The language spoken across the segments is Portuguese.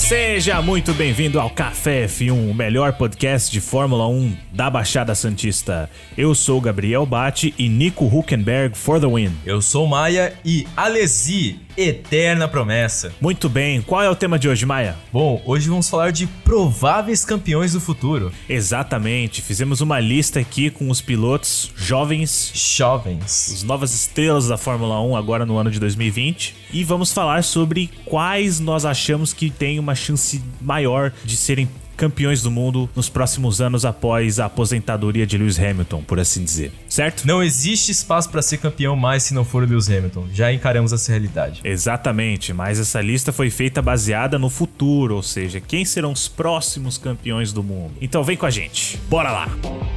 Seja muito bem-vindo ao Café F1, o melhor podcast de Fórmula 1 da Baixada Santista. Eu sou Gabriel Batti e Nico Hülkenberg for the win. Eu sou Maia e Alesi, eterna promessa. Muito bem, qual é o tema de hoje, Maia? Bom, hoje vamos falar de prováveis campeões do futuro. Exatamente, fizemos uma lista aqui com os pilotos jovens, as novas estrelas da Fórmula 1 agora no ano de 2020. E vamos falar sobre quais nós achamos que tem uma chance maior de serem campeões do mundo nos próximos anos após a aposentadoria de Lewis Hamilton, por assim dizer, certo? Não existe espaço para ser campeão mais se não for o Lewis Hamilton. Já encaramos essa realidade. Exatamente, mas essa lista foi feita baseada no futuro, ou seja, quem serão os próximos campeões do mundo. Então vem com a gente, bora lá!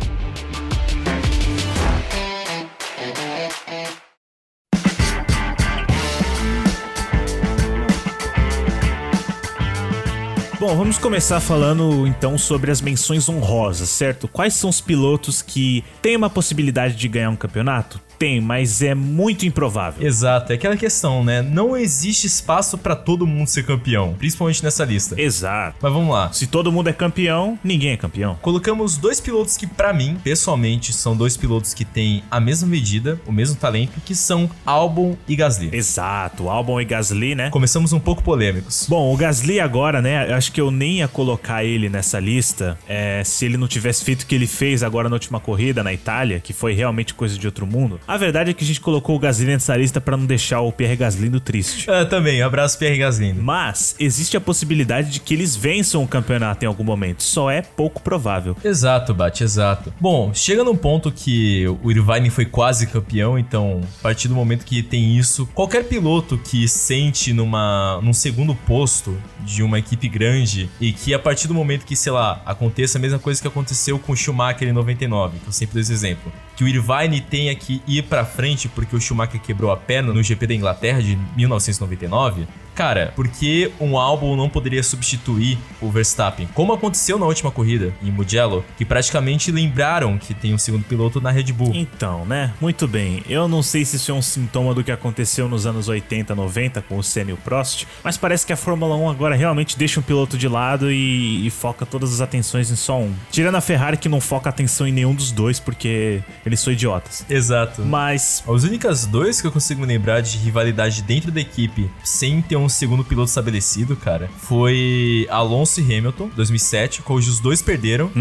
Bom, vamos começar falando então sobre as menções honrosas, certo? Quais são os pilotos que têm uma possibilidade de ganhar um campeonato? Tem, mas é muito improvável. Exato, é aquela questão, né? Não existe espaço pra todo mundo ser campeão, principalmente nessa lista. Exato. Mas vamos lá. Se todo mundo é campeão, ninguém é campeão. Colocamos dois pilotos que, pra mim, pessoalmente, são dois pilotos que têm a mesma medida, o mesmo talento, que são Albon e Gasly. Exato, Albon e Gasly, né? Começamos um pouco polêmicos. Bom, o Gasly agora, né? Eu acho que eu nem ia colocar ele nessa lista se ele não tivesse feito o que ele fez agora na última corrida na Itália, que foi realmente coisa de outro mundo. A verdade é que a gente colocou o Gasly nessa lista pra não deixar o Pierre Gasly triste. Também, abraço Pierre Gasly. Mas existe a possibilidade de que eles vençam o campeonato em algum momento. Só é pouco provável. Exato, Bate, exato. Bom, chega num ponto que o Irvine foi quase campeão, então, a partir do momento que tem isso, qualquer piloto que sente num segundo posto de uma equipe grande e que a partir do momento que, sei lá, aconteça a mesma coisa que aconteceu com o Schumacher em 99, que eu sempre dou esse exemplo, que o Irvine tenha que ir pra frente porque o Schumacher quebrou a perna no GP da Inglaterra de 1999, cara, por que um Albon não poderia substituir o Verstappen? Como aconteceu na última corrida, em Mugello, que praticamente lembraram que tem um segundo piloto na Red Bull. Então, né? Muito bem. Eu não sei se isso é um sintoma do que aconteceu nos anos 80, 90 com o Senna e o Prost, mas parece que a Fórmula 1 agora realmente deixa um piloto de lado e foca todas as atenções em só um. Tirando a Ferrari, que não foca atenção em nenhum dos dois, porque eles são idiotas. Exato. Mas os únicas dois que eu consigo me lembrar de rivalidade dentro da equipe, sem ter um segundo piloto estabelecido, cara, foi Alonso e Hamilton, 2007, cujos dois perderam,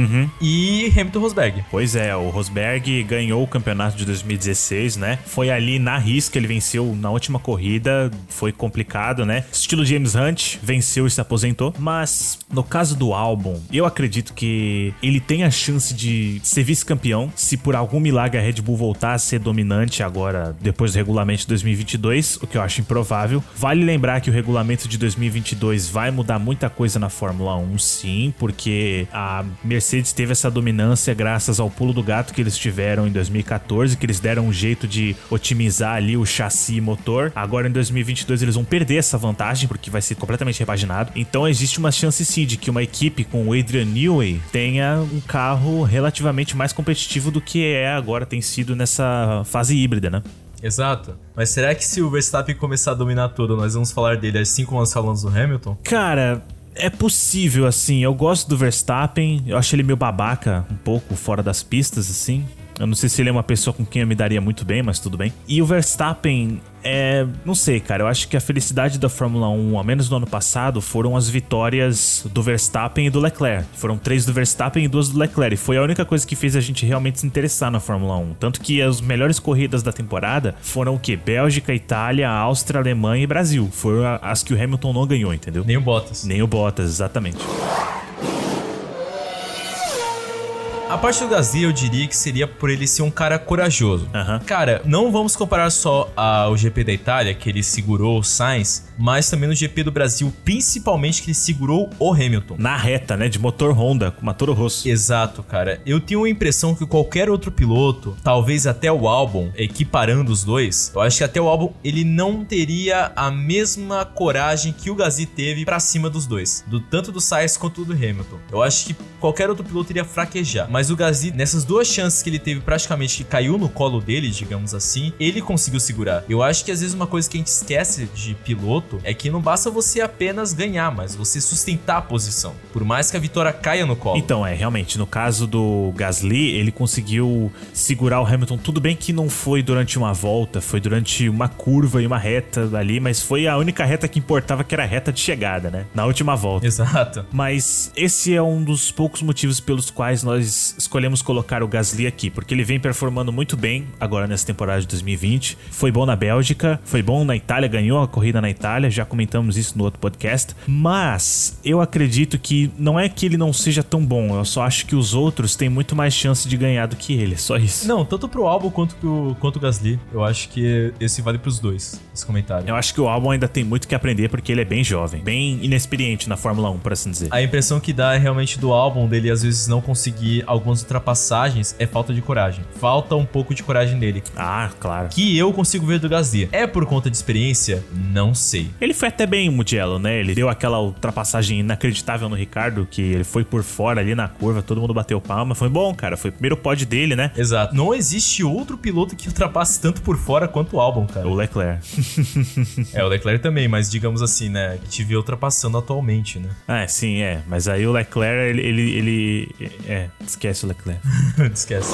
e Hamilton e Rosberg. Pois é, o Rosberg ganhou o campeonato de 2016, né? Foi ali na risca, ele venceu na última corrida, foi complicado, né? Estilo James Hunt, venceu e se aposentou. Mas no caso do Albon, eu acredito que ele tem a chance de ser vice-campeão se por algum milagre a Red Bull voltar a ser dominante agora, depois do regulamento de 2022, o que eu acho improvável. Vale lembrar que o regulamento de 2022 vai mudar muita coisa na Fórmula 1, sim, porque a Mercedes teve essa dominância graças ao pulo do gato que eles tiveram em 2014, que eles deram um jeito de otimizar ali o chassi e motor. Agora em 2022 eles vão perder essa vantagem, porque vai ser completamente repaginado. Então existe uma chance sim de que uma equipe com o Adrian Newey tenha um carro relativamente mais competitivo do que agora tem sido nessa fase híbrida, né? Exato. Mas será que se o Verstappen começar a dominar tudo, nós vamos falar dele assim como nós falamos do Hamilton? Cara, é possível, assim. Eu gosto do Verstappen. Eu acho ele meio babaca, um pouco fora das pistas, assim. Eu não sei se ele é uma pessoa com quem eu me daria muito bem, mas tudo bem. E o Verstappen não sei, cara. Eu acho que a felicidade da Fórmula 1, ao menos no ano passado, foram as vitórias do Verstappen e do Leclerc. Foram 3 do Verstappen e 2 do Leclerc. E foi a única coisa que fez a gente realmente se interessar na Fórmula 1. Tanto que as melhores corridas da temporada foram o quê? Bélgica, Itália, Áustria, Alemanha e Brasil. Foram as que o Hamilton não ganhou, entendeu? Nem o Bottas. Nem o Bottas, exatamente. A parte do Gasly eu diria que seria por ele ser um cara corajoso. Cara, não vamos comparar só ao GP da Itália, que ele segurou o Sainz, mas também no GP do Brasil, principalmente que ele segurou o Hamilton. Na reta, né? De motor Honda, com uma Toro Rosso. Exato, cara. Eu tenho a impressão que qualquer outro piloto, talvez até o Albon, equiparando os dois, eu acho que até o Albon, ele não teria a mesma coragem que o Gasly teve pra cima dos dois. Tanto do Sainz quanto do Hamilton. Eu acho que qualquer outro piloto iria fraquejar. mas o Gasly, nessas duas chances que ele teve praticamente que caiu no colo dele, digamos assim, ele conseguiu segurar. Eu acho que às vezes uma coisa que a gente esquece de piloto é que não basta você apenas ganhar, mas você sustentar a posição, por mais que a vitória caia no colo. Então, realmente, no caso do Gasly, ele conseguiu segurar o Hamilton. Tudo bem que não foi durante uma volta, foi durante uma curva e uma reta ali, mas foi a única reta que importava, que era a reta de chegada, né? Na última volta. Exato. Mas esse é um dos poucos motivos pelos quais nós escolhemos colocar o Gasly aqui, porque ele vem performando muito bem agora nessa temporada de 2020. Foi bom na Bélgica, foi bom na Itália, ganhou a corrida na Itália, já comentamos isso no outro podcast. Mas eu acredito que não é que ele não seja tão bom, eu só acho que os outros têm muito mais chance de ganhar do que ele, só isso. Não, tanto pro Albon quanto o Gasly, eu acho que esse vale pros dois, esse comentário. Eu acho que o Albon ainda tem muito que aprender, porque ele é bem jovem, bem inexperiente na Fórmula 1, por assim dizer. A impressão que dá é realmente do Albon, dele às vezes não conseguir algumas ultrapassagens, é falta de coragem. Falta um pouco de coragem dele. Ah, claro. Que eu consigo ver do Gasly. É por conta de experiência? Não sei. Ele foi até bem, o Mugello, né? Ele deu aquela ultrapassagem inacreditável no Ricardo, que ele foi por fora ali na curva, todo mundo bateu palma. Foi bom, cara. Foi o primeiro pódio dele, né? Exato. Não existe outro piloto que ultrapasse tanto por fora quanto o Albon, cara. O Leclerc. O Leclerc também, mas digamos assim, né? Que te vê ultrapassando atualmente, né? Ah, sim, Mas aí o Leclerc, ele esquece o Leclerc. Esquece.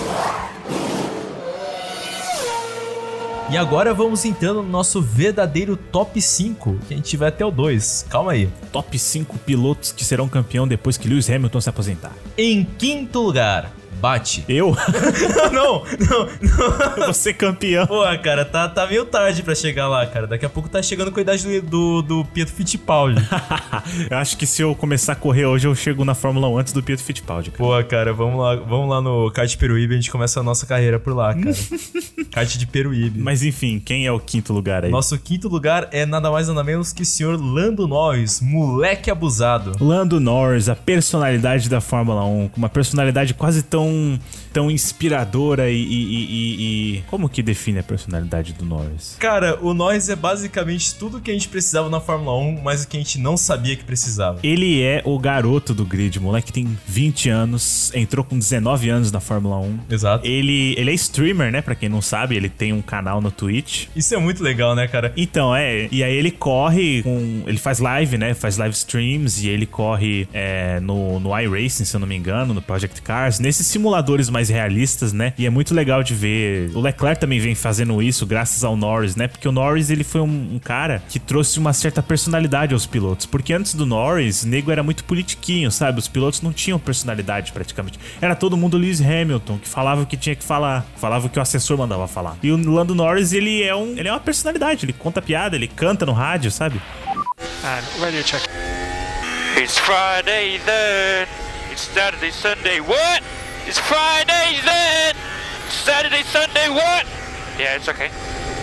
E agora vamos entrando no nosso verdadeiro top 5, que a gente vai até o 2. Calma aí. Top 5 pilotos que serão campeão depois que Lewis Hamilton se aposentar. Em quinto lugar, bate. Eu? Não. Você campeão. Pô, cara, tá meio tarde pra chegar lá, cara. Daqui a pouco tá chegando com a idade do Pietro Fittipaldi. Eu acho que se eu começar a correr hoje, eu chego na Fórmula 1 antes do Pietro Fittipaldi, cara. Pô, cara, vamos lá no kart Peruíbe, a gente começa a nossa carreira por lá, cara. Kart de Peruíbe. Mas enfim, quem é o quinto lugar aí? Nosso quinto lugar é nada mais nada menos que o senhor Lando Norris, moleque abusado. Lando Norris, a personalidade da Fórmula 1, uma personalidade quase tão inspiradora e... Como que define a personalidade do Norris? Cara, o Norris é basicamente tudo que a gente precisava na Fórmula 1, mas o que a gente não sabia que precisava. Ele é o garoto do grid, moleque tem 20 anos, entrou com 19 anos na Fórmula 1. Exato. Ele é streamer, né? Pra quem não sabe, ele tem um canal no Twitch. Isso é muito legal, né, cara? Então, e aí ele corre ele faz live, né? Faz live streams e ele corre no iRacing, se eu não me engano, no Project Cars, nesses simuladores mais realistas, né? E é muito legal de ver. O Leclerc também vem fazendo isso graças ao Norris, né? Porque o Norris, ele foi um cara que trouxe uma certa personalidade aos pilotos. Porque antes do Norris, o nego era muito politiquinho, sabe? Os pilotos não tinham personalidade praticamente. Era todo mundo Lewis Hamilton, que falava o que tinha que falar, falava o que o assessor mandava falar. E o Lando Norris, ele é uma personalidade, ele conta piada, ele canta no rádio, sabe? Radio check. It's Friday then. It's Saturday, Sunday. What? It's Friday then. Saturday, Sunday. What? Yeah, it's okay.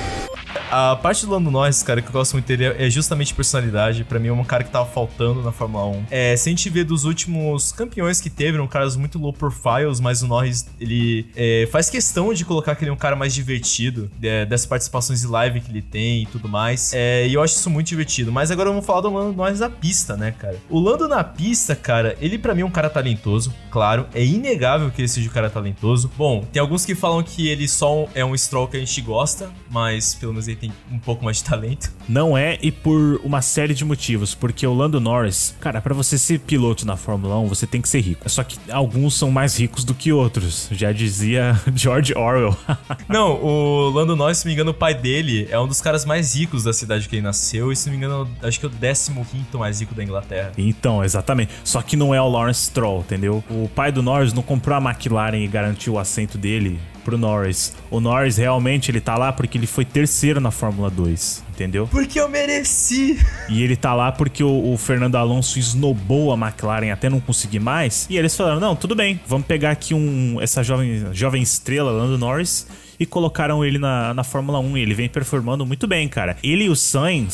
A parte do Lando Norris, cara, que eu gosto muito dele é justamente personalidade. Pra mim é um cara que tava faltando na Fórmula 1. Se a gente vê dos últimos campeões que teve, eram caras muito low profiles, mas o Norris, ele faz questão de colocar que ele é um cara mais divertido, dessas participações de live que ele tem e tudo mais. E eu acho isso muito divertido. Mas agora vamos falar do Lando Norris na pista, né, cara? O Lando na pista, cara, ele pra mim é um cara talentoso, claro. É inegável que ele seja um cara talentoso. Bom, tem alguns que falam que ele só é um Stroll que a gente gosta, mas pelo menos ele tem um pouco mais de talento. Não e por uma série de motivos. Porque o Lando Norris, cara, pra você ser piloto na Fórmula 1, você tem que ser rico. Só que alguns são mais ricos do que outros. Já dizia George Orwell. Não, o Lando Norris, se não me engano, o pai dele é um dos caras mais ricos da cidade que ele nasceu. E se não me engano, acho que é o 15º mais rico da Inglaterra. Então, exatamente. Só que não é o Lawrence Stroll, entendeu? O pai do Norris não comprou a McLaren e garantiu o assento dele pro Norris. O Norris realmente ele tá lá porque ele foi terceiro na Fórmula 2, entendeu? Porque eu mereci! E ele tá lá porque o Fernando Alonso esnobou a McLaren até não conseguir mais. E eles falaram, não, tudo bem, vamos pegar aqui essa jovem estrela, Lando Norris, e colocaram ele na Fórmula 1 e ele vem performando muito bem, cara. Ele e o Sainz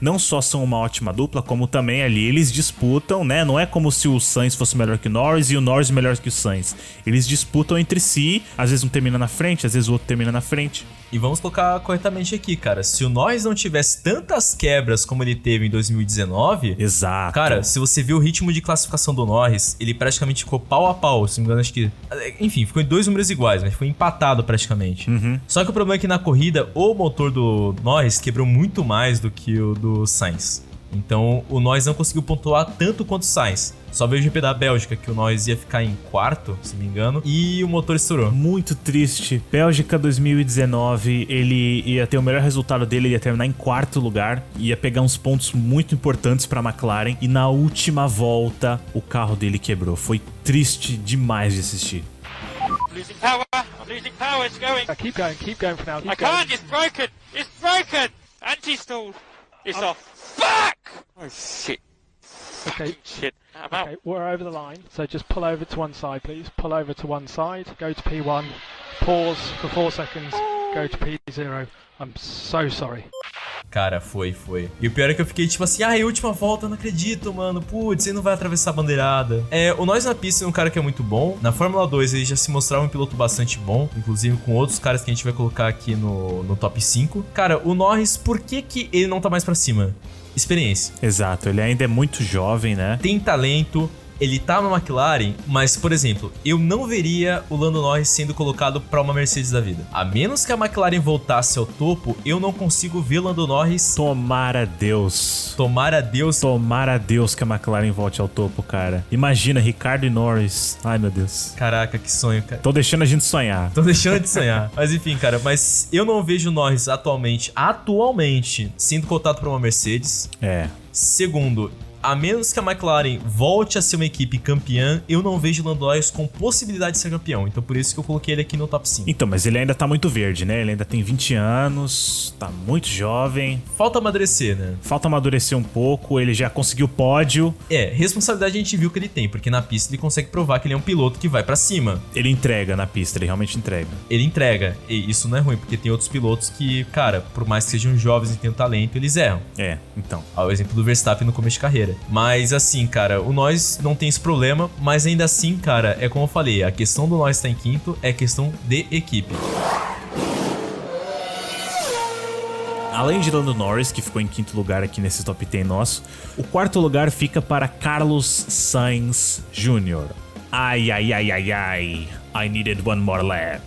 não só são uma ótima dupla, como também ali eles disputam, né? Não é como se o Sainz fosse melhor que o Norris e o Norris melhor que o Sainz. Eles disputam entre si, às vezes um termina na frente, às vezes o outro termina na frente. E vamos colocar corretamente aqui, cara. Se o Norris não tivesse tantas quebras como ele teve em 2019... Exato. Cara, se você viu o ritmo de classificação do Norris, ele praticamente ficou pau a pau. Se não me engano, acho que... Enfim, ficou em 2 números iguais, mas foi empatado praticamente. Só que o problema é que na corrida, o motor do Norris quebrou muito mais do que o do Sainz. Então, o Norris não conseguiu pontuar tanto quanto o Sainz. Só veio o GP da Bélgica, que o Norris ia ficar em 4º, se não me engano, e o motor estourou. Muito triste. Bélgica 2019, ele ia ter o melhor resultado dele, ele ia terminar em 4º lugar, ia pegar uns pontos muito importantes pra McLaren, e na última volta, o carro dele quebrou. Foi triste demais de assistir. Losing power. I'm losing power. It's going. Keep going for now. I can't. It's broken. It's broken. Anti-stall. It's off. Fuck! Oh shit. Okay. Shit. I'm out. Okay, we're over the line, so just pull over to one side, please. Pull over to one side, go to P1, pause for 4 seconds, go to P0. I'm so sorry. Cara, foi. E o pior é que eu fiquei tipo assim, última volta, não acredito, mano. Putz, ele não vai atravessar a bandeirada. O Norris na pista é um cara que é muito bom. Na Fórmula 2 ele já se mostrava um piloto bastante bom, inclusive com outros caras que a gente vai colocar aqui no top 5. Cara, o Norris, por que ele não tá mais pra cima? Experiência. Exato, ele ainda é muito jovem, né? Tem talento. Ele tá na McLaren, mas, por exemplo, eu não veria o Lando Norris sendo colocado pra uma Mercedes da vida. A menos que a McLaren voltasse ao topo, eu não consigo ver o Lando Norris... Tomara Deus. Tomara Deus. Tomara Deus que a McLaren volte ao topo, cara. Imagina, Ricardo e Norris. Ai, meu Deus. Caraca, que sonho, cara. Tô deixando a gente sonhar. Tô deixando de sonhar. Mas enfim, cara, mas eu não vejo o Norris atualmente, sendo cotado pra uma Mercedes. Segundo, a menos que a McLaren volte a ser uma equipe campeã, eu não vejo o Lando Norris com possibilidade de ser campeão. Então por isso que eu coloquei ele aqui no top 5. Então, mas ele ainda tá muito verde, né? Ele ainda tem 20 anos, tá muito jovem. Falta amadurecer, né? Falta amadurecer um pouco, ele já conseguiu pódio. Responsabilidade a gente viu que ele tem, porque na pista ele consegue provar que ele é um piloto que vai pra cima. Ele entrega na pista, ele realmente entrega. Ele entrega, e isso não é ruim, porque tem outros pilotos que, cara, por mais que sejam jovens e tenham talento, eles erram. Então. O exemplo do Verstappen no começo de carreira. Mas assim, cara, o Norris não tem esse problema, mas ainda assim, cara, é como eu falei, a questão do Norris estar em quinto é questão de equipe. Além de Lando Norris, que ficou em quinto lugar aqui nesse top 10 nosso, o quarto lugar fica para Carlos Sainz Jr. Ai. I needed one more lap.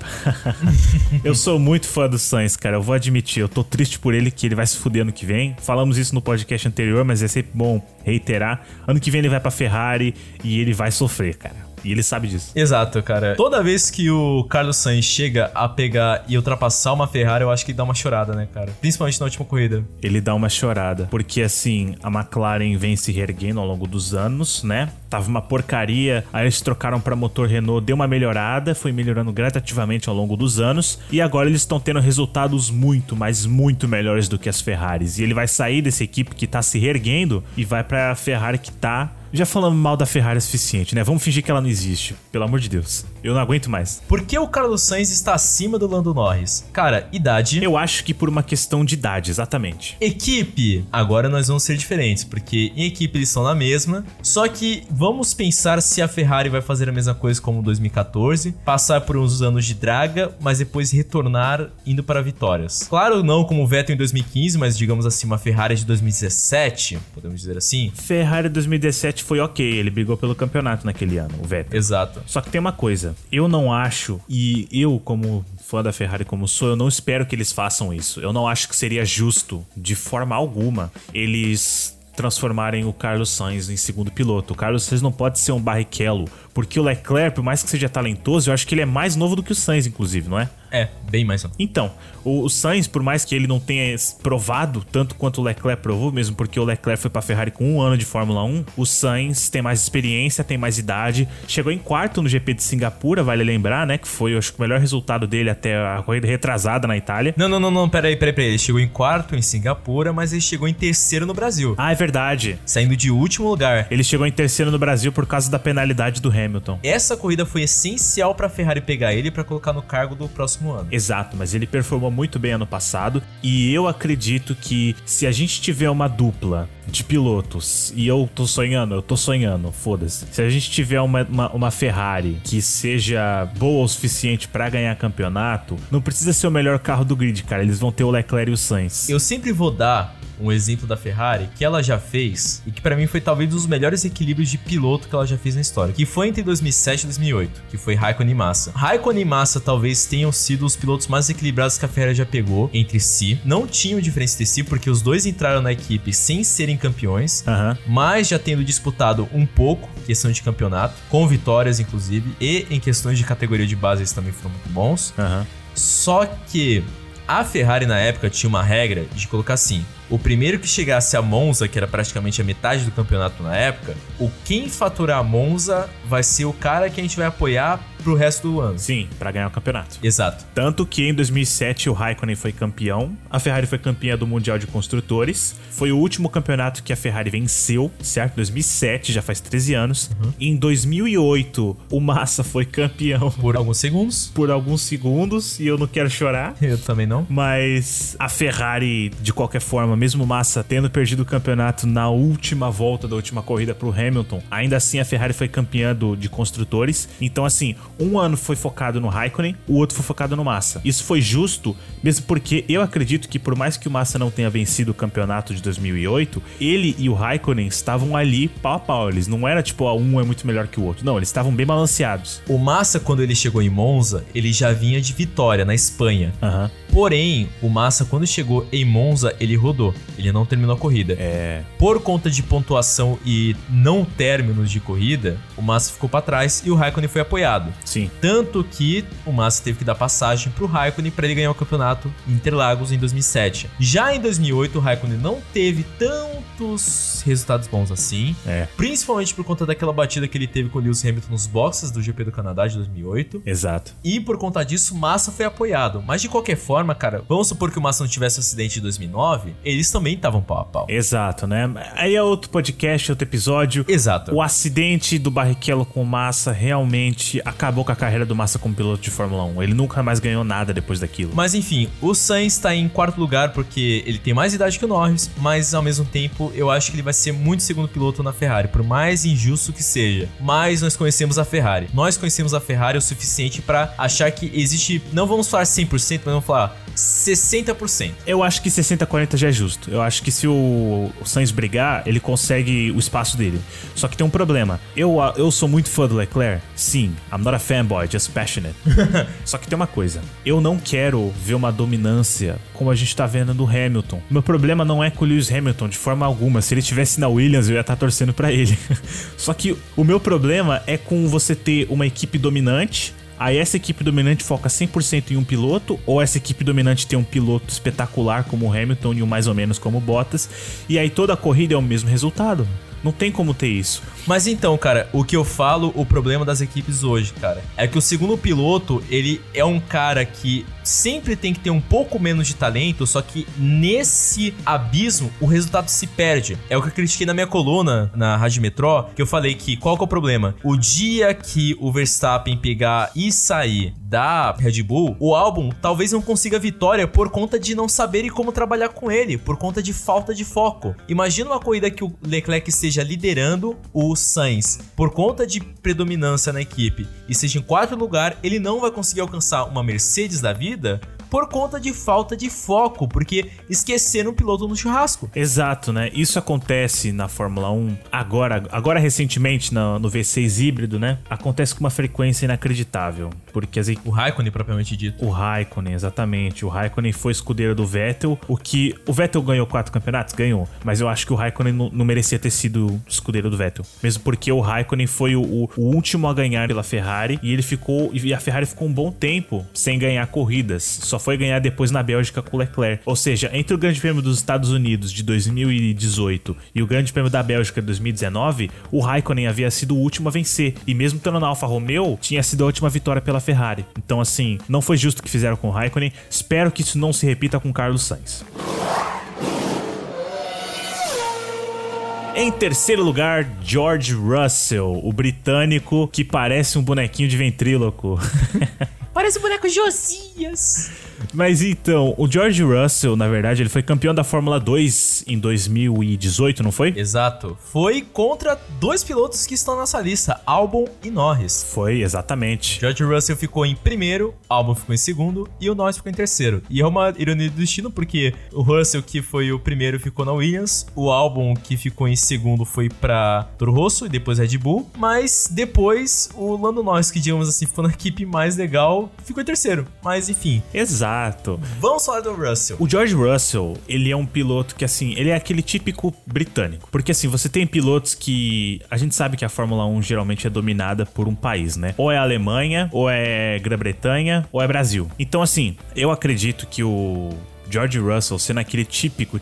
Eu sou muito fã do Sainz, cara. Eu vou admitir, eu tô triste por ele, que ele vai se fuder ano que vem. Falamos isso no podcast anterior, mas é sempre bom reiterar. Ano que vem ele vai pra Ferrari e ele vai sofrer, cara. E ele sabe disso. Exato, cara. Toda vez que o Carlos Sainz chega a pegar e ultrapassar uma Ferrari, eu acho que ele dá uma chorada, né, cara? Principalmente na última corrida. Ele dá uma chorada. Porque, assim, a McLaren vem se reerguendo ao longo dos anos, né? Tava uma porcaria. Aí eles trocaram pra motor Renault, deu uma melhorada. Foi melhorando gradativamente ao longo dos anos. E agora eles estão tendo resultados muito, mas muito melhores do que as Ferraris. E ele vai sair dessa equipe que tá se reerguendo e vai pra Ferrari que tá... Já falamos mal da Ferrari o suficiente, né? Vamos fingir que ela não existe. Pelo amor de Deus. Eu não aguento mais. Por que o Carlos Sainz está acima do Lando Norris? Cara, idade. Eu acho que por uma questão de idade, exatamente. Equipe. Agora nós vamos ser diferentes, porque em equipe eles estão na mesma. Só que vamos pensar se a Ferrari vai fazer a mesma coisa como 2014. Passar por uns anos de draga, mas depois retornar indo para vitórias. Claro, não como o Vettel em 2015, mas digamos assim, uma Ferrari de 2017, podemos dizer assim. Ferrari 2017 foi ok, ele brigou pelo campeonato naquele ano, o Vettel. Exato. Só que tem uma coisa, eu não acho, e eu como fã da Ferrari como sou, eu não espero que eles façam isso. Eu não acho que seria justo, de forma alguma, eles transformarem o Carlos Sainz em segundo piloto. O Carlos Sainz não pode ser um Barrichello, porque o Leclerc, por mais que seja talentoso, eu acho que ele é mais novo do que o Sainz, inclusive, não é? É, bem mais novo. Então, o Sainz, por mais que ele não tenha provado tanto quanto o Leclerc provou, mesmo porque o Leclerc foi pra Ferrari com 1 ano de Fórmula 1, o Sainz tem mais experiência, tem mais idade, chegou em quarto no GP de Singapura, vale lembrar, né, que foi, eu acho, o melhor resultado dele até a corrida retrasada na Itália. Não, peraí, ele chegou em quarto em Singapura, mas ele chegou em terceiro no Brasil. Ah, é verdade. Saindo de último lugar. Ele chegou em terceiro no Brasil por causa da penalidade do Hamilton. Essa corrida foi essencial pra Ferrari pegar ele pra colocar no cargo do próximo próximo ano. Exato, mas ele performou muito bem ano passado e eu acredito que se a gente tiver uma dupla de pilotos, e eu tô sonhando, foda-se. Se a gente tiver uma Ferrari que seja boa o suficiente pra ganhar campeonato, não precisa ser o melhor carro do grid, cara. Eles vão ter o Leclerc e o Sainz. Eu sempre vou dar um exemplo da Ferrari que ela já fez e que pra mim foi talvez um dos melhores equilíbrios de piloto que ela já fez na história, que foi entre 2007 e 2008, que foi Raikkonen e Massa. Raikkonen e Massa talvez tenham sido os pilotos mais equilibrados que a Ferrari já pegou entre si. Não tinham diferença entre si porque os dois entraram na equipe sem serem campeões, mas já tendo disputado um pouco questão de campeonato, com vitórias inclusive, e em questões de categoria de base eles também foram muito bons. Só que a Ferrari na época tinha uma regra de colocar assim: o primeiro que chegasse a Monza, que era praticamente a metade do campeonato na época, quem faturar a Monza vai ser o cara que a gente vai apoiar pro resto do ano. Sim, pra ganhar o campeonato. Exato. Tanto que em 2007 o Raikkonen foi campeão, a Ferrari foi campeã do Mundial de Construtores, foi o último campeonato que a Ferrari venceu, certo? 2007, já faz 13 anos. Em 2008, o Massa foi campeão. Por alguns segundos. Por alguns segundos, e eu não quero chorar. Eu também não. Mas a Ferrari, de qualquer forma, mesmo o Massa tendo perdido o campeonato na última volta da última corrida pro Hamilton, ainda assim a Ferrari foi campeã de construtores. Então, assim, um ano foi focado no Raikkonen, o outro foi focado no Massa. Isso foi justo, mesmo porque eu acredito que por mais que o Massa não tenha vencido o campeonato de 2008, ele e o Raikkonen estavam ali pau a pau. Eles não era tipo, um é muito melhor que o outro. Não, eles estavam bem balanceados. O Massa, quando ele chegou em Monza, ele já vinha de vitória na Espanha. Porém, o Massa, quando chegou em Monza, ele rodou. Ele não terminou a corrida. Por conta de pontuação e não términos de corrida, o Massa ficou pra trás e o Raikkonen foi apoiado. Sim. Tanto que o Massa teve que dar passagem pro Raikkonen pra ele ganhar o campeonato em Interlagos em 2007. Já em 2008, o Raikkonen não teve tantos resultados bons assim. Principalmente por conta daquela batida que ele teve com o Lewis Hamilton nos boxes do GP do Canadá de 2008. Exato. E por conta disso, o Massa foi apoiado. Mas de qualquer forma, cara, vamos supor que o Massa não tivesse o acidente de 2009, eles também estavam pau a pau. Exato, né? Aí é outro podcast, outro episódio. Exato. O acidente do Barrichello com o Massa realmente acabou com a carreira do Massa como piloto de Fórmula 1. Ele nunca mais ganhou nada depois daquilo. Mas enfim, o Sainz tá em quarto lugar porque ele tem mais idade que o Norris, mas ao mesmo tempo eu acho que ele vai ser muito segundo piloto na Ferrari, por mais injusto que seja. Mas nós conhecemos a Ferrari. Nós conhecemos a Ferrari o suficiente pra achar que existe, não vamos falar 100%, mas vamos falar 60%. Eu acho que 60-40 já é justo. Eu acho que se o Sainz brigar, ele consegue o espaço dele. Só que tem um problema. Eu sou muito fã do Leclerc. Sim, I'm not a fanboy, just passionate. Só que tem uma coisa. Eu não quero ver uma dominância como a gente tá vendo no Hamilton. Meu problema não é com o Lewis Hamilton, de forma alguma. Se ele estivesse na Williams, eu ia estar torcendo pra ele. Só que o meu problema é com você ter uma equipe dominante. Aí essa equipe dominante foca 100% em um piloto, ou essa equipe dominante tem um piloto espetacular como o Hamilton e um mais ou menos como o Bottas, e aí toda a corrida é o mesmo resultado. Não tem como ter isso. Mas então, cara, o que eu falo, o problema das equipes hoje, cara, é que o segundo piloto, ele é um cara que sempre tem que ter um pouco menos de talento, só que nesse abismo o resultado se perde. É o que eu critiquei na minha coluna na Rádio Metrô, que eu falei que qual que é o problema? O dia que o Verstappen pegar e sair da Red Bull, o Albon talvez não consiga vitória por conta de não saberem como trabalhar com ele, por conta de falta de foco. Imagina uma corrida que o Leclerc esteja liderando o Sainz por conta de predominância na equipe e seja em quarto lugar, ele não vai conseguir alcançar uma Mercedes da vida por conta de falta de foco, porque esqueceram o piloto no churrasco. Exato, né? Isso acontece na Fórmula 1 agora recentemente no V6 híbrido, né? Acontece com uma frequência inacreditável, porque o Raikkonen propriamente dito. O Raikkonen, exatamente. O Raikkonen foi escudeiro do Vettel, o Vettel ganhou 4 campeonatos? Ganhou, mas eu acho que o Raikkonen não merecia ter sido escudeiro do Vettel, mesmo porque o Raikkonen foi o último a ganhar pela Ferrari e a Ferrari ficou um bom tempo sem ganhar corridas, só foi ganhar depois na Bélgica com o Leclerc. Ou seja, entre o Grande Prêmio dos Estados Unidos de 2018 e o Grande Prêmio da Bélgica de 2019, o Raikkonen havia sido o último a vencer. E mesmo estando na Alfa Romeo, tinha sido a última vitória pela Ferrari. Então, assim, não foi justo o que fizeram com o Raikkonen. Espero que isso não se repita com o Carlos Sainz. Em terceiro lugar, George Russell, o britânico que parece um bonequinho de ventríloco. Parece o boneco Josias. Mas então, o George Russell, na verdade, ele foi campeão da Fórmula 2 em 2018, não foi? Exato. Foi contra 2 pilotos que estão nessa lista, Albon e Norris. Foi, exatamente. George Russell ficou em primeiro, Albon ficou em segundo e o Norris ficou em terceiro. E é uma ironia do destino, porque o Russell, que foi o primeiro, ficou na Williams, o Albon, que ficou em segundo, foi pra Toro Rosso e depois Red Bull, mas depois o Lando Norris, que digamos assim, ficou na equipe mais legal, ficou em terceiro. Mas enfim. Exato. Vamos falar do Russell. O George Russell, ele é um piloto que, assim, ele é aquele típico britânico. Porque, assim, você tem pilotos que... A gente sabe que a Fórmula 1 geralmente é dominada por um país, né? Ou é Alemanha, ou é Grã-Bretanha, ou é Brasil. Então, assim, eu acredito que o George Russell, sendo aquele típico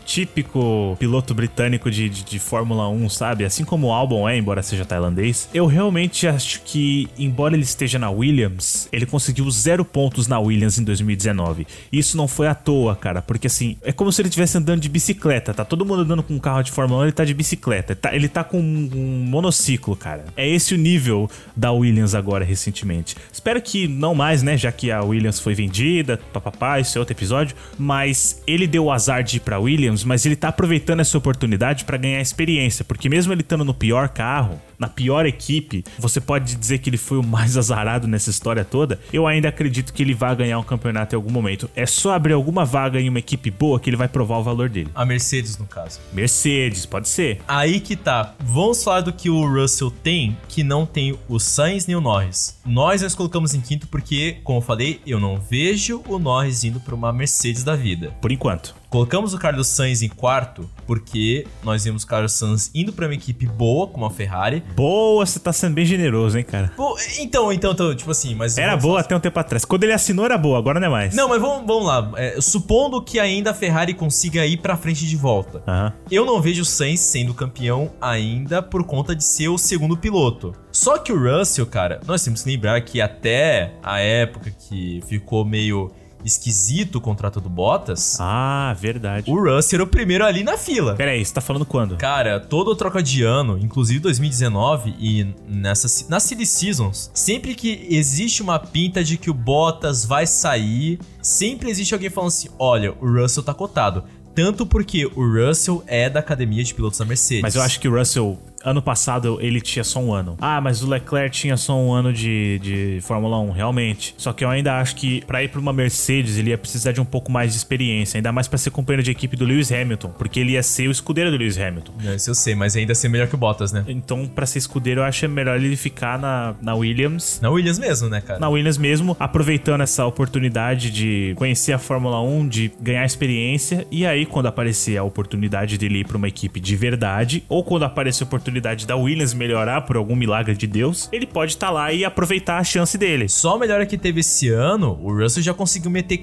piloto britânico de Fórmula 1, sabe? Assim como o Albon é, embora seja tailandês. Eu realmente acho que, embora ele esteja na Williams, ele conseguiu 0 pontos na Williams em 2019. Isso não foi à toa, cara, porque assim, é como se ele estivesse andando de bicicleta. Tá todo mundo andando com um carro de Fórmula 1, ele tá de bicicleta. Ele tá com um monociclo, cara. É esse o nível da Williams agora, recentemente. Espero que não mais, né? Já que a Williams foi vendida, papapá, isso é outro episódio. Mas ele deu o azar de ir pra Williams, mas ele tá aproveitando essa oportunidade pra ganhar experiência, porque mesmo ele estando no pior carro, na pior equipe, você pode dizer que ele foi o mais azarado nessa história toda. Eu ainda acredito que ele vai ganhar um campeonato em algum momento. É só abrir alguma vaga em uma equipe boa que ele vai provar o valor dele. A Mercedes, no caso. Mercedes, pode ser. Aí que tá. Vamos falar do que o Russell tem, que não tem o Sainz nem o Norris. Nós colocamos em quinto porque, como eu falei, eu não vejo o Norris indo pra uma Mercedes da vida. Por enquanto. Colocamos o Carlos Sainz em quarto porque nós vimos o Carlos Sainz indo pra uma equipe boa, como a Ferrari. Boa, você tá sendo bem generoso, hein, cara? Então, tipo assim, mas... Era boa até um tempo atrás. Quando ele assinou era boa, agora não é mais. Não, mas vamos lá. Supondo que ainda a Ferrari consiga ir pra frente de volta. Eu não vejo o Sainz sendo campeão ainda por conta de ser o segundo piloto. Só que o Russell, cara, nós temos que lembrar que até a época que ficou meio esquisito o contrato do Bottas. Ah, verdade. O Russell era o primeiro ali na fila. Pera aí, você tá falando quando? Cara, toda troca de ano, inclusive 2019 e nas Silly Seasons, sempre que existe uma pinta de que o Bottas vai sair, sempre existe alguém falando assim, olha, o Russell tá cotado. Tanto porque o Russell é da academia de pilotos da Mercedes. Mas eu acho que o Russell... Ano passado ele tinha só um ano. Ah, mas o Leclerc tinha só um ano de Fórmula 1, realmente. Só que eu ainda acho que pra ir pra uma Mercedes ele ia precisar de um pouco mais de experiência. Ainda mais pra ser companheiro de equipe do Lewis Hamilton. Porque ele ia ser o escudeiro do Lewis Hamilton. Isso eu sei, mas ainda ia ser melhor que o Bottas, né? Então, pra ser escudeiro, eu acho melhor ele ficar na Williams. Na Williams mesmo, né, cara? Na Williams mesmo, aproveitando essa oportunidade de conhecer a Fórmula 1, de ganhar experiência. E aí, quando aparecer a oportunidade dele ir pra uma equipe de verdade, ou quando aparecer a oportunidade da Williams melhorar por algum milagre de Deus, ele pode estar lá e aproveitar a chance dele. Só a melhora que teve esse ano, o Russell já conseguiu meter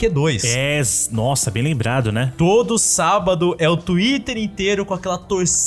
Q2. Nossa, bem lembrado, né? Todo sábado é o Twitter inteiro com aquela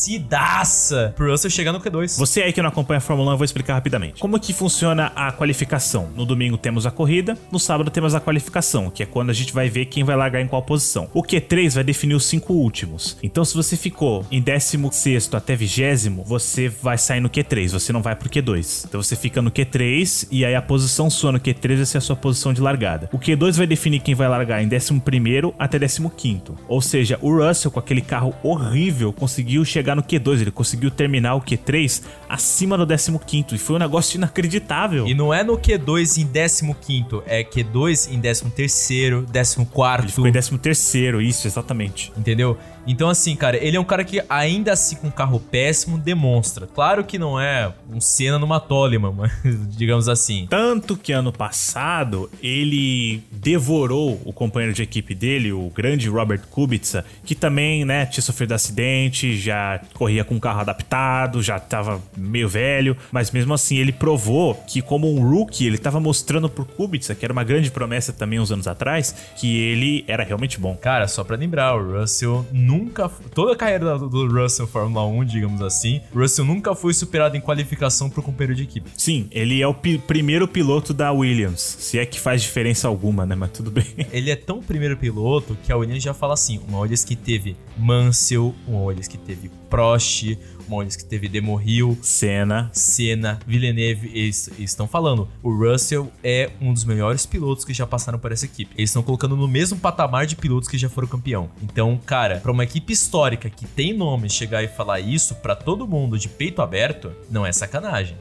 torcidaça pro Russell chegar no Q2. Você aí que não acompanha a Fórmula 1, eu vou explicar rapidamente. Como que funciona a qualificação? No domingo temos a corrida, no sábado temos a qualificação, que é quando a gente vai ver quem vai largar em qual posição. O Q3 vai definir os 5 últimos. Então, se você ficou em 16º até 20º, você vai sair no Q3, você não vai pro Q2. Então você fica no Q3 e aí a posição sua no Q3 vai ser a sua posição de largada. O Q2 vai definir quem vai largar em 11º até 15º. Ou seja, o Russell com aquele carro horrível conseguiu chegar no Q2, ele conseguiu terminar o Q3 acima do 15º e foi um negócio inacreditável. E não é no Q2 em 15º, é Q2 em 13º, 14º. Ele ficou em 13º, isso, exatamente. Entendeu? Então assim, cara, ele é um cara que ainda assim com um carro péssimo demonstra. Claro que não é um Senna numa Toleman, mas digamos assim. Tanto que ano passado ele devorou o companheiro de equipe dele, o grande Robert Kubica, que também, né, tinha sofrido acidente, já corria com um carro adaptado, já tava meio velho, mas mesmo assim ele provou que como um rookie ele tava mostrando pro Kubica, que era uma grande promessa também uns anos atrás, que ele era realmente bom. Cara, só pra lembrar, o Russell nunca... Toda a carreira do Russell Fórmula 1, digamos assim, o Russell nunca foi superado em qualificação por companheiro de equipe. Sim, ele é o primeiro piloto da Williams, se é que faz diferença alguma, né? Mas tudo bem. Ele é tão primeiro piloto que a Williams já fala assim, uma Williams que teve Mansell, uma Williams que teve Prost, Bom, eles que teve Demo Hill, Senna, Villeneuve, eles estão falando. O Russell é um dos melhores pilotos que já passaram por essa equipe. Eles estão colocando no mesmo patamar de pilotos que já foram campeão. Então, cara, pra uma equipe histórica que tem nome chegar e falar isso pra todo mundo de peito aberto, não é sacanagem.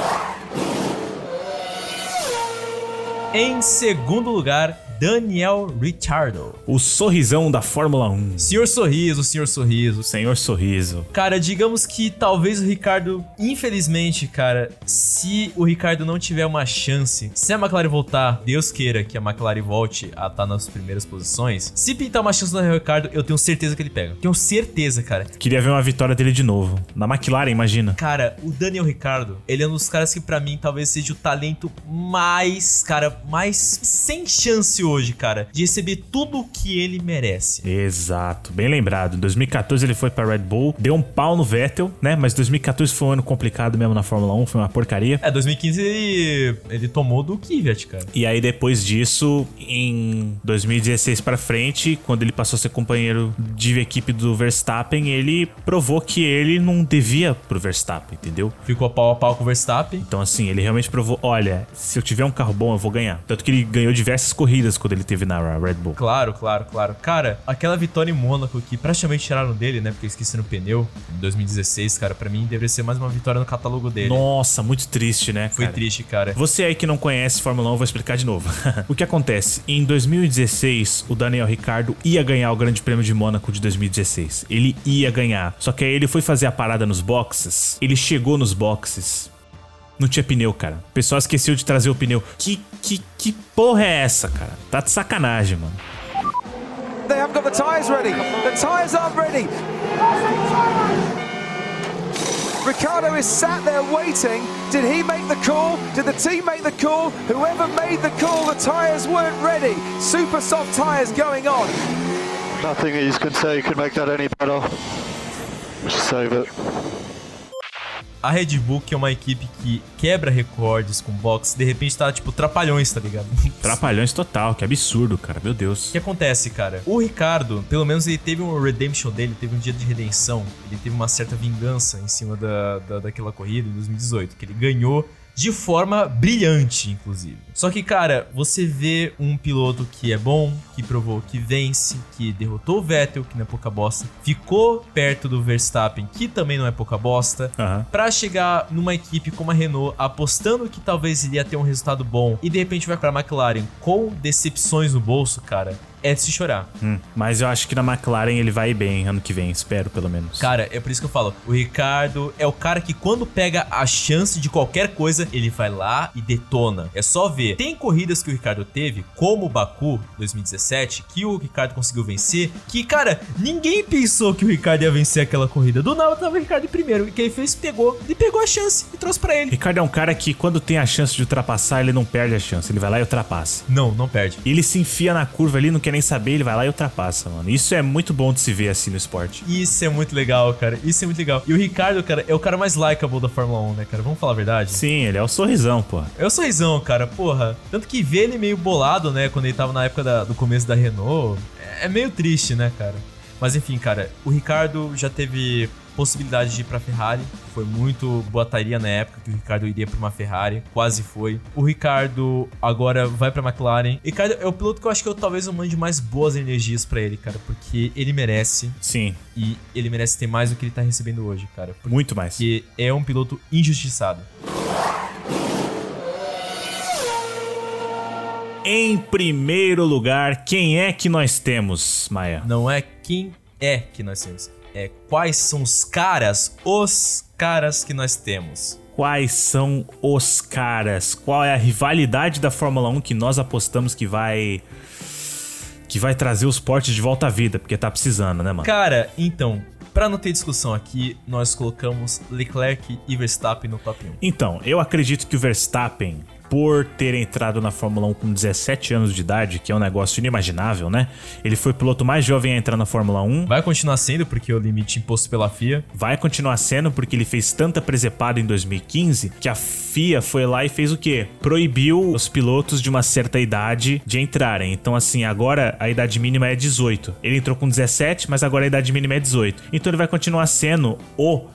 Em segundo lugar, Daniel Ricciardo. O sorrisão da Fórmula 1. Senhor Sorriso. Senhor Sorriso. Cara, digamos que talvez o Ricardo, infelizmente, cara, se o Ricardo não tiver uma chance, se a McLaren voltar, Deus queira que a McLaren volte a estar nas primeiras posições, se pintar uma chance no Ricardo, eu tenho certeza que ele pega. Tenho certeza, cara. Queria ver uma vitória dele de novo. Na McLaren, imagina. Cara, o Daniel Ricciardo, ele é um dos caras que pra mim talvez seja o talento mais sem chance hoje, cara, de receber tudo o que ele merece. Exato, bem lembrado. Em 2014 ele foi pra Red Bull, deu um pau no Vettel, né? Mas 2014 foi um ano complicado mesmo na Fórmula 1, foi uma porcaria. 2015 ele tomou do Kvyat, cara. E aí depois disso, em 2016 pra frente, quando ele passou a ser companheiro de equipe do Verstappen, ele provou que ele não devia pro Verstappen, entendeu? Ficou pau a pau com o Verstappen. Então assim, ele realmente provou, olha, se eu tiver um carro bom eu vou ganhar. Tanto que ele ganhou diversas corridas quando ele teve na Red Bull. Claro. Cara, aquela vitória em Mônaco que praticamente tiraram dele, né? Porque esqueceram o pneu em 2016, cara, pra mim deveria ser mais uma vitória no catálogo dele. Nossa, muito triste, né, cara? Foi triste, cara. Você aí que não conhece Fórmula 1, eu vou explicar de novo. O que acontece? Em 2016, o Daniel Ricciardo ia ganhar o Grande Prêmio de Mônaco de 2016. Ele ia ganhar. Só que aí ele foi fazer a parada nos boxes. Ele chegou nos boxes. Não tinha pneu, cara. O pessoal esqueceu de trazer o pneu. Que porra é essa, cara? Tá de sacanagem, mano. They haven't got the tyres ready. The tyres aren't ready. Ricciardo is sat there waiting. Did he make the call? Did the team make the call? Whoever made the call, the tyres weren't ready. Super soft tyres going on. Nothing you can say can make that any better. Just save it. A Red Bull, que é uma equipe que quebra recordes com boxe, de repente tá tipo trapalhões, tá ligado? Trapalhões total, que absurdo, cara, meu Deus. O que acontece, cara? O Ricardo, pelo menos ele teve um redemption dele, teve um dia de redenção, ele teve uma certa vingança em cima daquela corrida em 2018, que ele ganhou de forma brilhante, inclusive. Só que, cara, você vê um piloto que é bom, que provou que vence, que derrotou o Vettel, que não é pouca bosta, ficou perto do Verstappen, que também não é pouca bosta, pra chegar numa equipe como a Renault, apostando que talvez ele ia ter um resultado bom, e de repente vai pra McLaren com decepções no bolso, cara, é de se chorar. Mas eu acho que na McLaren ele vai bem ano que vem, espero pelo menos. Cara, é por isso que eu falo, o Ricardo é o cara que quando pega a chance de qualquer coisa, ele vai lá e detona. É só ver. Tem corridas que o Ricardo teve, como o Baku 2017, que o Ricardo conseguiu vencer, que, cara, ninguém pensou que o Ricardo ia vencer aquela corrida. Do nada tava o Ricardo em primeiro. E o que ele fez? Ele pegou a chance e trouxe pra ele. Ricardo é um cara que quando tem a chance de ultrapassar, ele não perde a chance. Ele vai lá e ultrapassa. Não perde. Ele se enfia na curva ali, não quer nem saber, ele vai lá e ultrapassa, mano. Isso é muito bom de se ver assim no esporte. Isso é muito legal, cara. Isso é muito legal. E o Ricardo, cara, é o cara mais likeable da Fórmula 1, né, cara? Vamos falar a verdade? Sim, ele é o sorrisão, porra. É o sorrisão, cara, porra. Tanto que ver ele meio bolado, né, quando ele tava na época do começo da Renault, é meio triste, né, cara? Mas enfim, cara, o Ricardo já teve possibilidade de ir pra Ferrari. Foi muito boataria na época que o Ricardo iria pra uma Ferrari. Quase foi. O Ricardo agora vai pra McLaren. O Ricardo é o piloto que eu acho que eu talvez mande mais boas energias pra ele, cara. Porque ele merece. Sim. E ele merece ter mais do que ele tá recebendo hoje, cara. Muito mais. Porque é um piloto injustiçado. Em primeiro lugar, quem é que nós temos, Maia? Não é quem é que nós temos. É quais são os caras que nós temos. Quais são os caras? Qual é a rivalidade da Fórmula 1 que nós apostamos que vai trazer os esporte de volta à vida? Porque tá precisando, né, mano? Cara, então, pra não ter discussão aqui, nós colocamos Leclerc e Verstappen no top 1. Então, eu acredito que o Verstappen, por ter entrado na Fórmula 1 com 17 anos de idade, que é um negócio inimaginável, né? Ele foi o piloto mais jovem a entrar na Fórmula 1. Vai continuar sendo, porque é o limite imposto pela FIA. Vai continuar sendo, porque ele fez tanta presepada em 2015, que a FIA foi lá e fez o quê? Proibiu os pilotos de uma certa idade de entrarem. Então, assim, agora a idade mínima é 18. Ele entrou com 17, mas agora a idade mínima é 18. Então ele vai continuar sendo o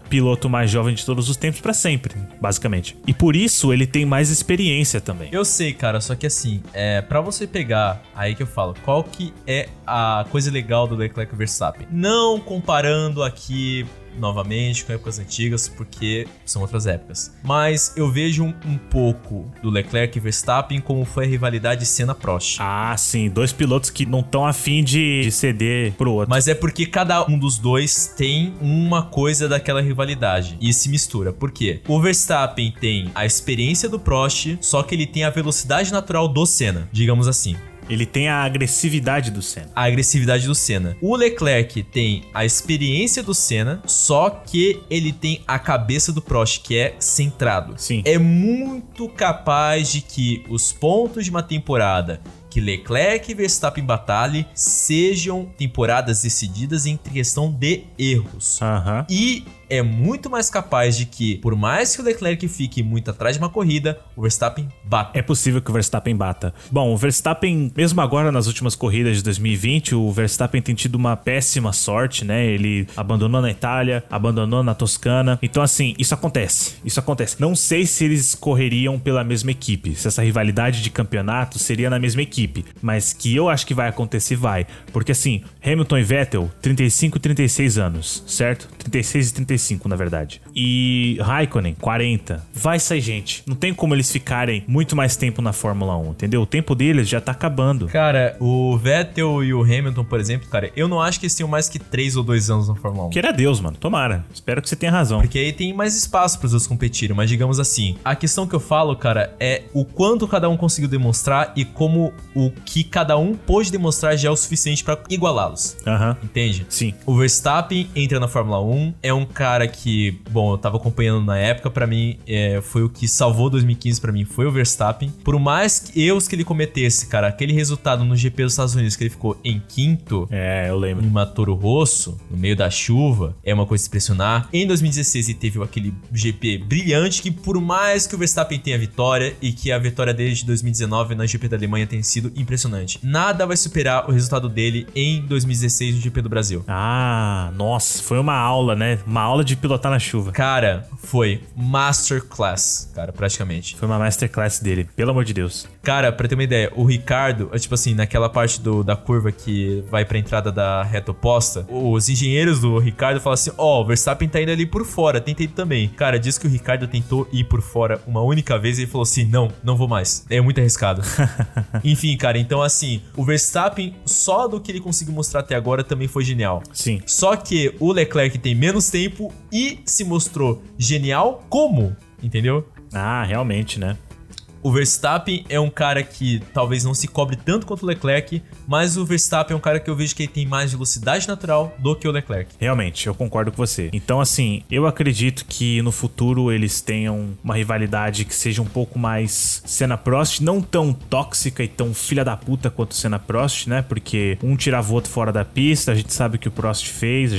piloto mais jovem de todos os tempos pra sempre, basicamente. E por isso ele tem mais experiência também. Eu sei, cara, só que assim, pra você pegar, aí que eu falo, qual que é a coisa legal do Leclerc e Verstappen? Não comparando aqui novamente com épocas antigas, porque são outras épocas. Mas eu vejo um pouco do Leclerc e Verstappen como foi a rivalidade Senna-Prost. Ah, sim. 2 pilotos que não estão afim de ceder pro outro. Mas é porque cada um dos dois tem uma coisa daquela rivalidade e se mistura. Por quê? O Verstappen tem a experiência do Prost, só que ele tem a velocidade natural do Senna, digamos assim. Ele tem a agressividade do Senna. A agressividade do Senna. O Leclerc tem a experiência do Senna, só que ele tem a cabeça do Prost, que é centrado. Sim. É muito capaz de que os pontos de uma temporada que Leclerc e Verstappen batalhem sejam temporadas decididas em questão de erros. Aham. E é muito mais capaz de que, por mais que o Leclerc fique muito atrás de uma corrida, o Verstappen bata. É possível que o Verstappen bata. Bom, o Verstappen, mesmo agora nas últimas corridas de 2020, o Verstappen tem tido uma péssima sorte, né? Ele abandonou na Itália, abandonou na Toscana. Então, assim, isso acontece. Isso acontece. Não sei se eles correriam pela mesma equipe, se essa rivalidade de campeonato seria na mesma equipe. Mas que eu acho que vai acontecer, vai. Porque, assim, Hamilton e Vettel, 35 e 36 anos, certo? 36 e 35. Na verdade. E Raikkonen, 40. Vai sair gente. Não tem como eles ficarem muito mais tempo na Fórmula 1, entendeu? O tempo deles já tá acabando. Cara, o Vettel e o Hamilton, por exemplo, cara, eu não acho que eles tenham mais que 3 ou 2 anos na Fórmula 1. Queira Deus, mano. Tomara. Espero que você tenha razão. Porque aí tem mais espaço pros outros competirem. Mas digamos assim, a questão que eu falo, cara, é o quanto cada um conseguiu demonstrar e como o que cada um pôde demonstrar já é o suficiente pra igualá-los. Aham. Entende? Sim. O Verstappen entra na Fórmula 1, é um cara que, bom, eu tava acompanhando na época, pra mim, foi o que salvou 2015 pra mim, foi o Verstappen. Por mais erros que ele cometesse, cara, aquele resultado no GP dos Estados Unidos, que ele ficou em quinto, eu lembro, em Toro Rosso, no meio da chuva, é uma coisa de se impressionar. Em 2016 ele teve aquele GP brilhante, que por mais que o Verstappen tenha vitória, e que a vitória dele de 2019 na GP da Alemanha tenha sido impressionante, nada vai superar o resultado dele em 2016 no GP do Brasil. Ah, nossa, foi uma aula, né? Uma aula de pilotar na chuva. Cara, foi masterclass, cara, praticamente. Foi uma masterclass dele, pelo amor de Deus. Cara, pra ter uma ideia, o Ricardo, tipo assim, naquela parte da curva que vai pra entrada da reta oposta, os engenheiros do Ricardo falam assim, o Verstappen tá indo ali por fora, tenta ir também. Cara, diz que o Ricardo tentou ir por fora uma única vez e ele falou assim, não vou mais, é muito arriscado. Enfim, cara, então assim, o Verstappen, só do que ele conseguiu mostrar até agora também foi genial. Sim. Só que o Leclerc tem menos tempo e se mostrou genial como, entendeu? Ah, realmente, né? O Verstappen é um cara que talvez não se cobre tanto quanto o Leclerc, mas o Verstappen é um cara que eu vejo que ele tem mais velocidade natural do que o Leclerc. Realmente, eu concordo com você. Então, assim, eu acredito que no futuro eles tenham uma rivalidade que seja um pouco mais Senna-Prost, não tão tóxica e tão filha da puta quanto o Senna-Prost, né? Porque um tirava o outro fora da pista, a gente sabe o que o Prost fez,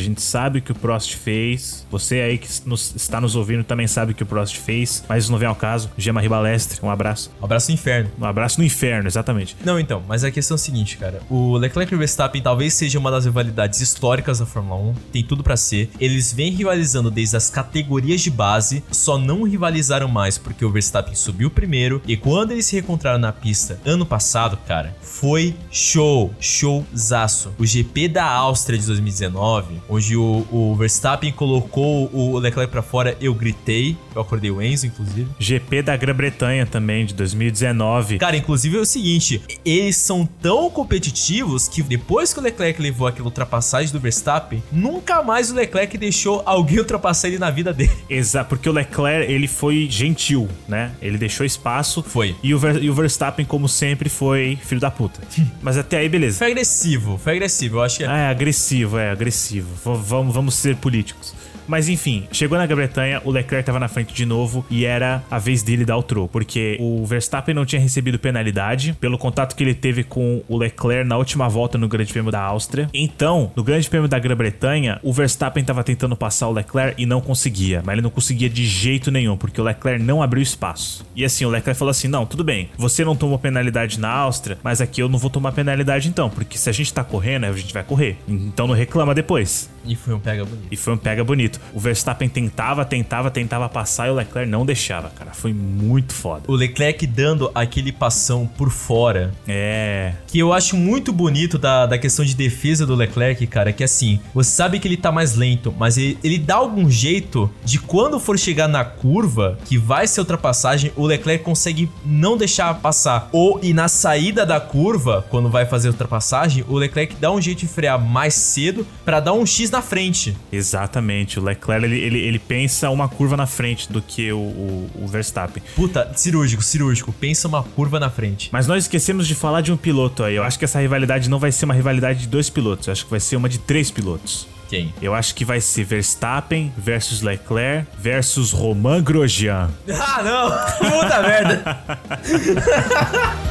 Você aí que está nos ouvindo também sabe o que o Prost fez, mas isso não vem ao caso. Gemma Ribalestre, um abraço. Um abraço no inferno. Um abraço no inferno, exatamente. Não, então, mas a questão é a seguinte, cara. O Leclerc e o Verstappen talvez seja uma das rivalidades históricas da Fórmula 1. Tem tudo pra ser. Eles vêm rivalizando desde as categorias de base, só não rivalizaram mais porque o Verstappen subiu primeiro. E quando eles se reencontraram na pista ano passado, cara, foi showzaço. O GP da Áustria de 2019, onde o Verstappen colocou o Leclerc pra fora, eu gritei. Eu acordei o Enzo, inclusive. GP da Grã-Bretanha também, de 2019. Cara, inclusive é o seguinte, eles são tão competitivos que depois que o Leclerc levou aquela ultrapassagem do Verstappen, nunca mais o Leclerc deixou alguém ultrapassar ele na vida dele. Exato, porque o Leclerc, ele foi gentil, né? Ele deixou espaço. Foi. E o Verstappen, como sempre, foi filho da puta. Mas até aí, beleza. Foi agressivo, eu acho que é agressivo. Vamos ser políticos. Mas enfim, chegou na Grã-Bretanha, o Leclerc tava na frente de novo e era a vez dele dar o troco, porque o Verstappen não tinha recebido penalidade pelo contato que ele teve com o Leclerc na última volta no Grande Prêmio da Áustria. Então, no Grande Prêmio da Grã-Bretanha, o Verstappen tava tentando passar o Leclerc e não conseguia, mas ele não conseguia de jeito nenhum, porque o Leclerc não abriu espaço. E assim, o Leclerc falou assim, não, tudo bem, você não tomou penalidade na Áustria, mas aqui eu não vou tomar penalidade então, porque se a gente tá correndo, a gente vai correr, então não reclama depois. E foi um pega bonito. bonito. O Verstappen tentava passar e o Leclerc não deixava, cara. Foi muito foda. O Leclerc dando aquele passão por fora. É. Que eu acho muito bonito da questão de defesa do Leclerc, cara, que assim, você sabe que ele tá mais lento, mas ele dá algum jeito de quando for chegar na curva, que vai ser ultrapassagem, o Leclerc consegue não deixar passar. Ou e na saída da curva, quando vai fazer a ultrapassagem, o Leclerc dá um jeito de frear mais cedo pra dar um X na frente. Exatamente. O Leclerc, ele pensa uma curva na frente do que o Verstappen. Puta, cirúrgico. Pensa uma curva na frente. Mas nós esquecemos de falar de um piloto aí. Eu acho que essa rivalidade não vai ser uma rivalidade de 2 pilotos. Eu acho que vai ser uma de 3 pilotos. Quem? Eu acho que vai ser Verstappen versus Leclerc versus Romain Grosjean. Ah, não! Puta merda!